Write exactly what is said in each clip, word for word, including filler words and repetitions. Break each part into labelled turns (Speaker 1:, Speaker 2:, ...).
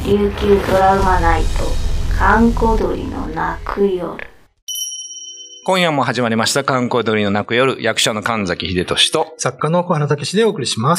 Speaker 1: 琉球ドラマナイト閑古鳥の泣く夜。
Speaker 2: 今夜も始まりました閑古鳥の泣く夜、役者の神崎秀俊と
Speaker 3: 作家の小原武史でお送りします。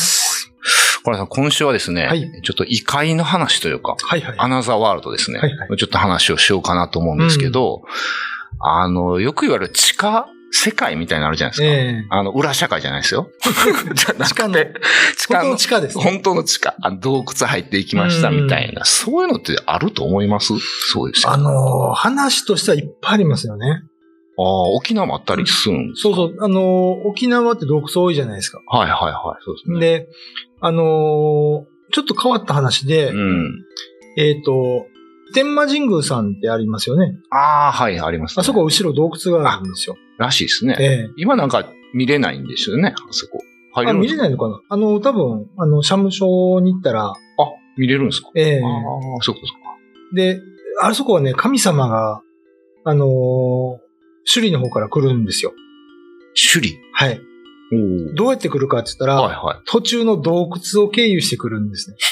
Speaker 2: 小原さん、今週はですね、はい、ちょっと異界の話というか、はいはい、アナザーワールドですね、はいはい、ちょっと話をしようかなと思うんですけど、うん、あのよく言われる地下世界みたいなのあるじゃないですか。えー、あの、裏社会じゃないですよ。
Speaker 3: 地下の、地下の、本当の地下ですね。
Speaker 2: 本当の地下。あの洞窟入っていきましたみたいな。そういうのってあると思います？そうですよ。
Speaker 3: あのー、話としてはいっぱいありますよね。
Speaker 2: ああ、沖縄もあったりするんですか？
Speaker 3: そうそう。あのー、沖縄って洞窟多いじゃないですか。
Speaker 2: はいはいはい。そうですね。
Speaker 3: で、あのー、ちょっと変わった話で、うん、えっと、天満神宮さんってありますよね。
Speaker 2: ああ、はい、あります、ね。
Speaker 3: あそこ後ろ洞窟があるんですよ。
Speaker 2: らしいですね。ええ、今なんか見れないんですよね、あそこ。
Speaker 3: 入れるんですか？あ、見れないのかな？あの、多分、あの、社務所に行ったら。あ、
Speaker 2: 見れるんですか？
Speaker 3: ええ。
Speaker 2: ああ、そこそこ。
Speaker 3: で、あそこはね、神様が、あのー、首里の方から来るんですよ。
Speaker 2: 首里？
Speaker 3: はい。おどうやって来るかって言ったら、はいはい、途中の洞窟を経由してくるんですね。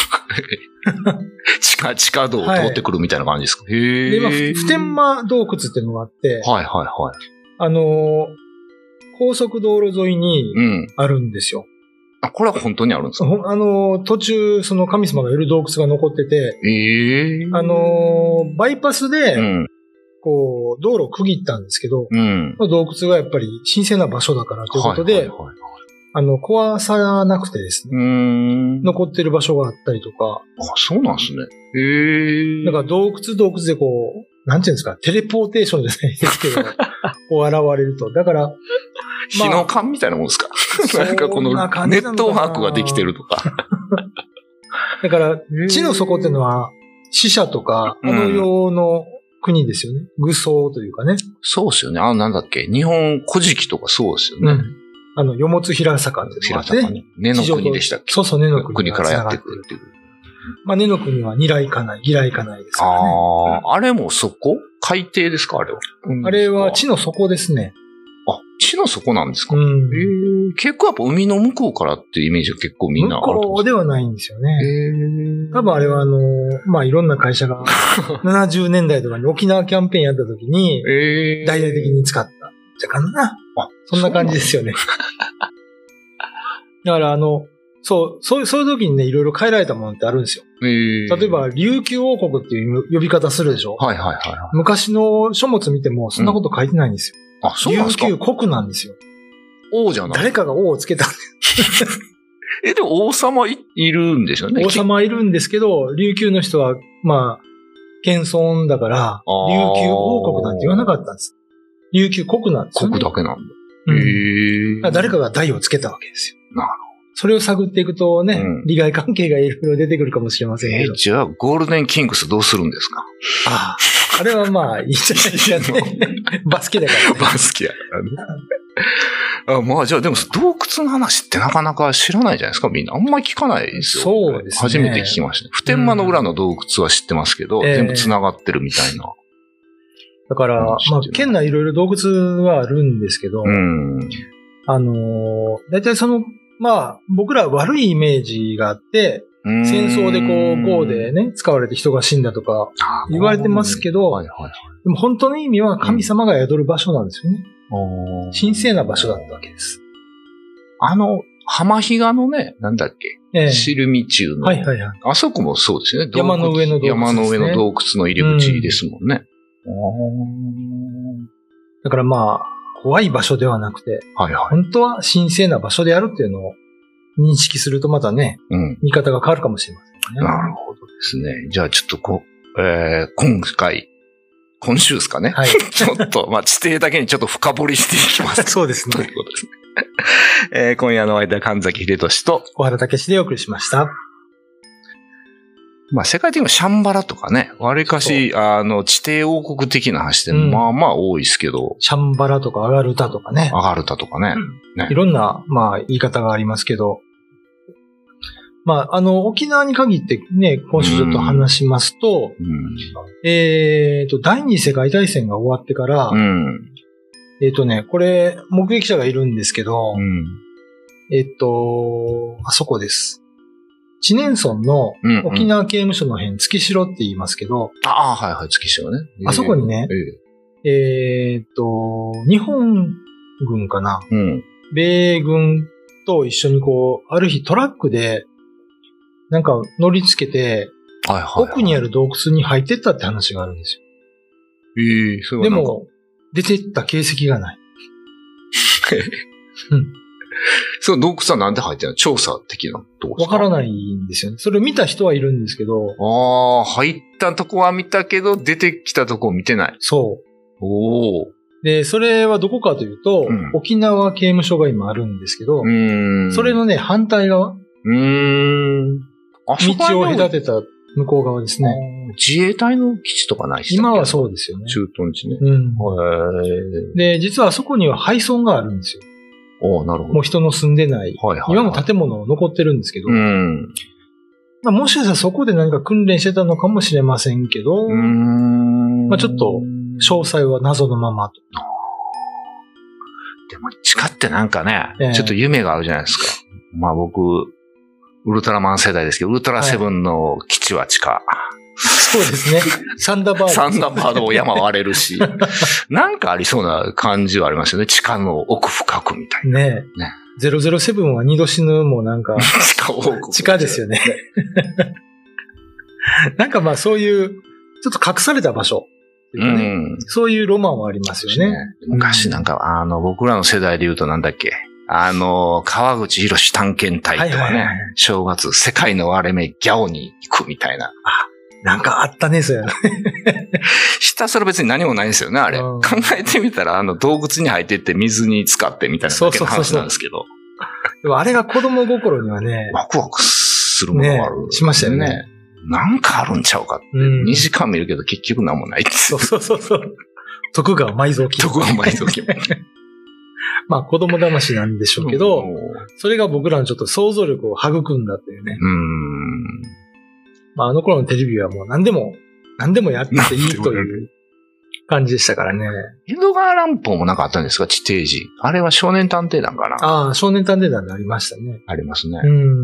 Speaker 2: 地下、地下道を通ってくるみたいな感じですか？はい、へえ。
Speaker 3: で、今、普天間洞窟っていうのがあって、
Speaker 2: はいはいはい。
Speaker 3: あのー、高速道路沿いにあるんですよ。
Speaker 2: うん、あ、これは本当にあるんですか？
Speaker 3: あのー、途中、その神様がいる洞窟が残ってて、
Speaker 2: えー、
Speaker 3: あのー、バイパスで、うん、こう、道路を区切ったんですけど、うん、洞窟がやっぱり神聖な場所だからということで、はいはいはい、あの、壊さなくてですね。うーん残ってる場所があったりとか。
Speaker 2: あ、そうなんですね。へえ。
Speaker 3: だから洞窟洞窟でこう、なんていうんですか、テレポーテーションじゃないですけど、こう現れると。だから、まあ、
Speaker 2: 日の缶みたいなもんですか？なんかこのネットワークができてるとか。
Speaker 3: だから、地の底っていうのは、死者とか、あの世の国ですよね。愚僧というかね。
Speaker 2: そうですよね。あの、なんだっけ。日本古事記とかそうですよね。うん
Speaker 3: あの、よもつ平坂っていうのがあって、ね。
Speaker 2: 根の国でしたっけ？
Speaker 3: そうそう、根の国。
Speaker 2: 国からやってくるっていう。
Speaker 3: まあ、根の国は二来家内、義来家内ですからね。
Speaker 2: ああ、あれも底？海底ですかあれは。
Speaker 3: あれは地の底ですね。
Speaker 2: あ、地の底なんですか？うん、えー、結構やっぱ海の向こうからっていうイメージが結構みんなあると思う。
Speaker 3: 向こうではないんですよね。えー、多分あれはあの、まあ、いろんな会社がななじゅうねんだいとかに沖縄キャンペーンやった時に、大々的に使った。じゃかな。あ、そんな感じですよね。だからあの、そう、そういう、そういう時にね、いろいろ変えられたものってあるんですよ。えー、例えば、琉球王国っていう呼び方するでしょ？はいはいはい、はい。昔の書物見ても、そんなこと書いてないんですよ。
Speaker 2: うん、あ、そうなんですか？
Speaker 3: 琉球国なんですよ。
Speaker 2: 王じゃない？
Speaker 3: 誰かが王をつけたんです。
Speaker 2: え、でも王様 い, いるんですよね？
Speaker 3: 王様いるんですけど、琉球の人は、まあ、謙遜だから、琉球王国なんて言わなかったんです。琉球国なんですよ、ね。
Speaker 2: 国だけなんだ。
Speaker 3: うん、へー。誰かが代をつけたわけですよ。
Speaker 2: なるほど。
Speaker 3: それを探っていくとね、うん、利害関係がいろいろ出てくるかもしれませんけど。
Speaker 2: えー、じゃあ、ゴールデンキングスどうするんですか？
Speaker 3: ああ。あれはまあ、いいんじゃないですかね。バスケだからね。
Speaker 2: バスケやからね。あまあ、じゃあ、でも、洞窟の話ってなかなか知らないじゃないですか、みんな。あんまり聞かないですよ。
Speaker 3: そうですね。
Speaker 2: 初めて聞きましたね。普天間の裏の洞窟は知ってますけど、うん、全部繋がってるみたいな。
Speaker 3: だから、まあ、県内いろいろ洞窟はあるんですけど、うん、あのー、大体その、まあ、僕ら悪いイメージがあって、戦争でこう、豪でね、使われて人が死んだとか言われてますけど、はいはいはい、でも本当の意味は神様が宿る場所なんですよね。うん、神聖な場所だったわけです。
Speaker 2: あの、浜比嘉のね、なんだっけ、ええ、汁見中の、はいはいはい、あそこもそうですよね。
Speaker 3: 山の上の洞窟ですね。
Speaker 2: 山の上の洞窟の入り口ですもんね。
Speaker 3: うん、だからまあ、怖い場所ではなくて、はいはい、本当は神聖な場所であるっていうのを認識するとまたね、うん、見方が変わるかもしれませんね。
Speaker 2: なるほどですね。じゃあちょっとこう、えー、今回、今週ですかね。はい。ちょっと、まあ、地底だけにちょっと深掘りしていきます。
Speaker 3: そうですね。
Speaker 2: ということですね。えー、今夜の相手は神崎秀俊と
Speaker 3: 小原武史でお送りしました。
Speaker 2: まあ、世界的にもシャンバラとかね、わりかし、あの、地底王国的な話って、まあまあ多いですけど、うん。
Speaker 3: シャンバラとかアガルタとかね。
Speaker 2: アガルタとかね。
Speaker 3: うん、ねいろんな、まあ、言い方がありますけど、まあ、あの、沖縄に限ってね、今週ちょっと話しますと、うん、えっと、第二次世界大戦が終わってから、うん、えっとね、これ、目撃者がいるんですけど、うん、えっと、あそこです。 知念村の沖縄刑務所の辺、月城って言いますけど。うんうん、
Speaker 2: ああ、はいはい、月城ね。
Speaker 3: あそこにね、えー、えー、っと、日本軍かな、うん、米軍と一緒にこう、ある日トラックで、なんか乗り付けて、はいはいはい、奥にある洞窟に入ってったって話があるんですよ。
Speaker 2: ええー、そうで
Speaker 3: も、出てった形跡がない。
Speaker 2: うん。その洞窟はなんで入ってんの？調査的なとこですか？
Speaker 3: わからないんですよね。それを見た人はいるんですけど。
Speaker 2: ああ、入ったとこは見たけど、出てきたとこを見てない。
Speaker 3: そう。
Speaker 2: おお。
Speaker 3: で、それはどこかというと、うん、沖縄刑務所が今あるんですけど、うーんそれのね、反対側。うーん。あ、道を隔てた向こう側ですね。
Speaker 2: 自衛隊の基地とかないし
Speaker 3: 今はそうですよね。
Speaker 2: 駐屯地ね。
Speaker 3: うん。で、実はあそこには廃村があるんですよ。
Speaker 2: おなるほど。
Speaker 3: もう人の住んでない。はいはいはい、今も建物残ってるんですけど。うん。まあ、もしかしたらそこで何か訓練してたのかもしれませんけど、うーんまあちょっと詳細は謎のままと。
Speaker 2: でも地下ってなんかね、えー、ちょっと夢があるじゃないですか。まあ僕、ウルトラマン世代ですけど、ウルトラセブンの基地は地下。はい
Speaker 3: そうですね。サンダーバード。
Speaker 2: サンダーバードを山割れるし。なんかありそうな感じはありますよね。地下の奥深くみたいな。
Speaker 3: ねえ。ね。ゼロゼロセブンは二度死ぬもなんか。
Speaker 2: 地下王国。
Speaker 3: 地下ですよね。なんかまあそういう、ちょっと隠された場所。ね、うん、そういうロマンはありますよね。
Speaker 2: 昔なんか、あの、僕らの世代で言うとなんだっけ。あの、川口博士探検隊とかね、はいはいはい、正月、世界の割れ目ギャオに行くみたいな。あ
Speaker 3: なんかあったね、そうやね。
Speaker 2: ひたすら別に何もないんですよね、あれ。うん、考えてみたら、あの、洞窟に入ってって水に浸かってみたいなだけの話なんですけど。そうそうそう
Speaker 3: でもあれが子供心にはね。
Speaker 2: ワクワクするものがある、
Speaker 3: ね。しましたよね。
Speaker 2: なんかあるんちゃうかって。うん、にじかん見るけど結局何もないって。
Speaker 3: そうそうそうそう。徳川埋蔵金。
Speaker 2: 徳川埋蔵金。
Speaker 3: まあ子供騙しなんでしょうけど、それが僕らのちょっと想像力を育んだっていうね。うんまあ、あの頃のテレビはもう何でも、何でもやっていいという感じでしたからね。
Speaker 2: 江戸川乱歩もなんかあったんですか、地底時。あれは少年探偵団かな。
Speaker 3: ああ、少年探偵団でありましたね。
Speaker 2: ありますね。
Speaker 3: うん。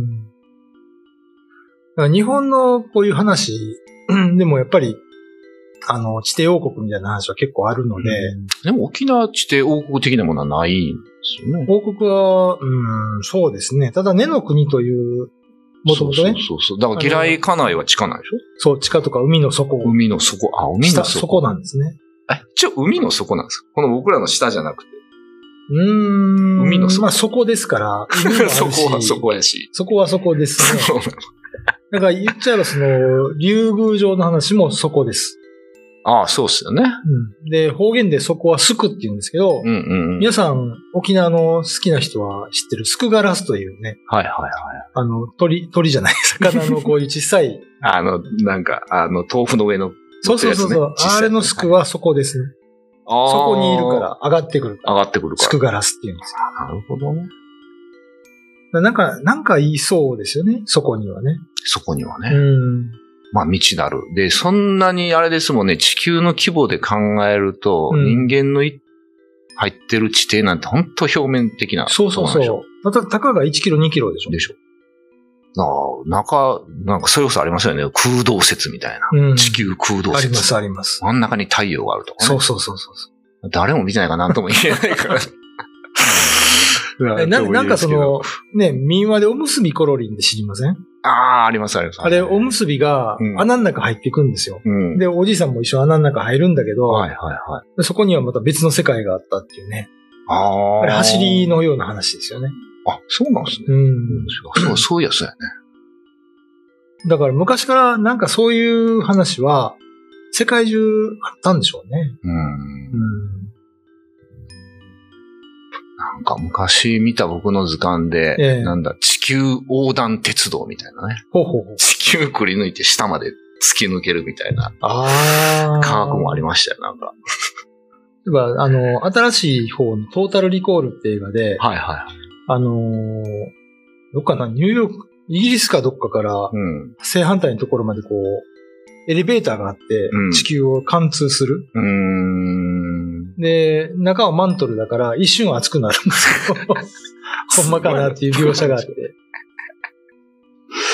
Speaker 3: だから日本のこういう話、でもやっぱり、あの、地底王国みたいな話は結構あるので。
Speaker 2: うん、でも沖縄地底王国的なものはないんですよね。
Speaker 3: 王国は、うん、そうですね。ただ根の国という、もともとね。
Speaker 2: そうそうそう。だから嫌い家内は地下なんでしょ？
Speaker 3: そう、地下とか海の底。
Speaker 2: 海の底。あ、海の底。
Speaker 3: 底なんですね。
Speaker 2: え、一応海の底なんですか？この僕らの下じゃなくて。
Speaker 3: うーん。海の底。まあ底ですから。
Speaker 2: そこは底やし。
Speaker 3: そこは底ですね。だから言っちゃえばその、竜宮城の話も底です。
Speaker 2: ああ、そうっすよね。
Speaker 3: うん。で、方言でそこはスクって言うんですけど、うんうんうん、皆さん、沖縄の好きな人は知ってるスクガラスというね。
Speaker 2: はいはいはい。
Speaker 3: あの、鳥、鳥じゃない、魚のこういう小さい。
Speaker 2: あの、なんか、あの、豆腐の上の、ね。
Speaker 3: そうそうそうそう。あれのスクはそこですね。はい、そこにいるから上がってくるから。
Speaker 2: 上がってくるから。
Speaker 3: スクガラスって言うんです
Speaker 2: よ。なるほどね。
Speaker 3: なんか、なんか言いそうですよね。そこにはね。
Speaker 2: そこにはね。うん。まあ未知なる。で、そんなにあれですもんね、地球の規模で考えると、うん、人間のい入ってる地底なんて本当表面的な。
Speaker 3: そうそうそう。また、たかがいちキロ、にキロでしょ。
Speaker 2: でしょ。ああ、中、なんかそれこそありますよね。空洞説みたいな。うん、地球空洞説。
Speaker 3: あります、あります。
Speaker 2: 真ん中に太陽があるとかね。
Speaker 3: そうそうそうそう。
Speaker 2: 誰も見てないかなんとも言えないから。
Speaker 3: な, なんかその、ね、民話でおむすびコロリンで知りません？
Speaker 2: ああ、ありますあります。
Speaker 3: あれ、おむすびが穴の中入っていくんですよ。うん、で、おじいさんも一緒に穴の中入るんだけど、はいはいはい、そこにはまた別の世界があったっていうね。ああ。あれ、走りのような話ですよね。
Speaker 2: あ、そうなんですね。うん。そう、そういやそうやね。
Speaker 3: だから昔からなんかそういう話は、世界中あったんでしょうね。うん。うん
Speaker 2: なんか昔見た僕の図鑑で、ええ、なんだ、地球横断鉄道みたいなね。ほうほうほう。地球くり抜いて下まで突き抜けるみたいな。ああ。科学もありましたよ、なんか。
Speaker 3: 例えば、あの、新しい方のトータルリコールって映画で、はいはい。あのー、どっかな、ニューヨーク、イギリスかどっかから、正反対のところまでこう、エレベーターがあって、地球を貫通する。うん、で、中はマントルだから一瞬熱くなるんですよ。ほんまかなっていう描写があって。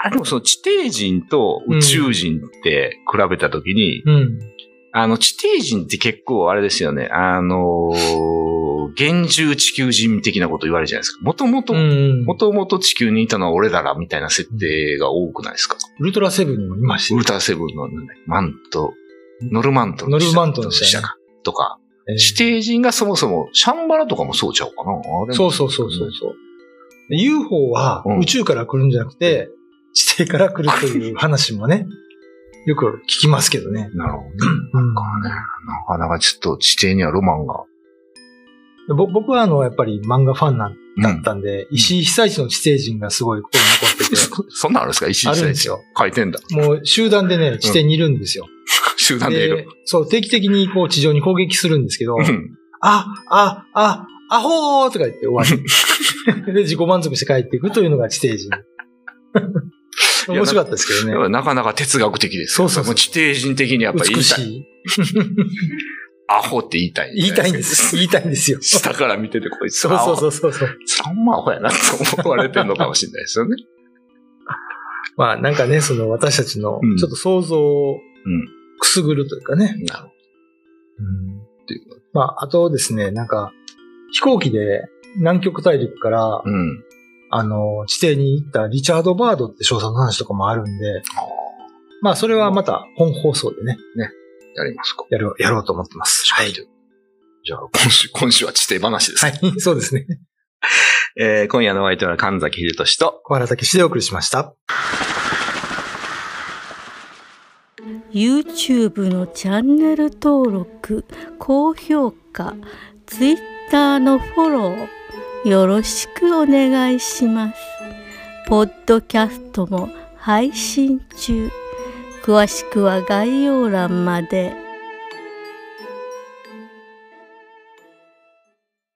Speaker 2: あ、でもその地底人と宇宙人って比べたときに、
Speaker 3: うん、
Speaker 2: あの、地底人って結構あれですよね、あのー、現住地球人的なこと言われるじゃないですか。もともと、もともと地球にいたのは俺ららみたいな設定が多くないですか。
Speaker 3: ウルトラセブンにもいました。
Speaker 2: ウルトラセブンの、ね、マント、ノルマント
Speaker 3: の下。ノルマントの下、
Speaker 2: ね、とか、えー、地底人がそもそも、シャンバラとかもそうちゃうかな。
Speaker 3: そうそうそうそうそう。ユーフォー は宇宙から来るんじゃなくて、うん、地底から来るという話もね、よく聞きますけどね。
Speaker 2: なるほどね。なんかね、なかなかちょっと地底にはロマンが。
Speaker 3: 僕はあの、やっぱり漫画ファンなんだったんで、うん、石井久一の地底人がすごい心に残ってて。
Speaker 2: そんなんあるんですか石井久一。あるんですよ。書いてんだ。
Speaker 3: もう集団でね、地底にいるんですよ。うん、
Speaker 2: 集団でいる。
Speaker 3: そう、定期的にこう地上に攻撃するんですけど、うん、あ、あ、あ、アホーとか言って終わり。で、自己満足して帰っていくというのが地底人。面白かったですけどね。
Speaker 2: なかなか哲学的です
Speaker 3: よ。そうそうそう。
Speaker 2: 地底人的にやっぱり
Speaker 3: 美しい。
Speaker 2: アホって言いたい。
Speaker 3: 言いたいんです。言いたいんですよ。
Speaker 2: 下から見ててこいつ。
Speaker 3: そうそうそうそうそう。
Speaker 2: そんまアホやなと思われてるのかもしれないですよね。
Speaker 3: まあなんかね、その私たちのちょっと想像をくすぐるというかね。
Speaker 2: うん、なるほど。
Speaker 3: うん、っていう。まああとですね、なんか飛行機で南極大陸から、うん、あの、地底に行ったリチャード・バードって少佐の話とかもあるんで、まあそれはまた本放送でね。
Speaker 2: ね。やりますか。
Speaker 3: やろう、やろうと思ってます。
Speaker 2: はい。じゃあ、今週、今週は地底話ですね。
Speaker 3: はい、そうですね。
Speaker 2: えー、今夜のお相手は神崎秀俊と
Speaker 3: 小原武史でお送りしました。
Speaker 4: YouTube のチャンネル登録、高評価、Twitter のフォロー、よろしくお願いします。ポッドキャストも配信中。詳しくは概要欄まで。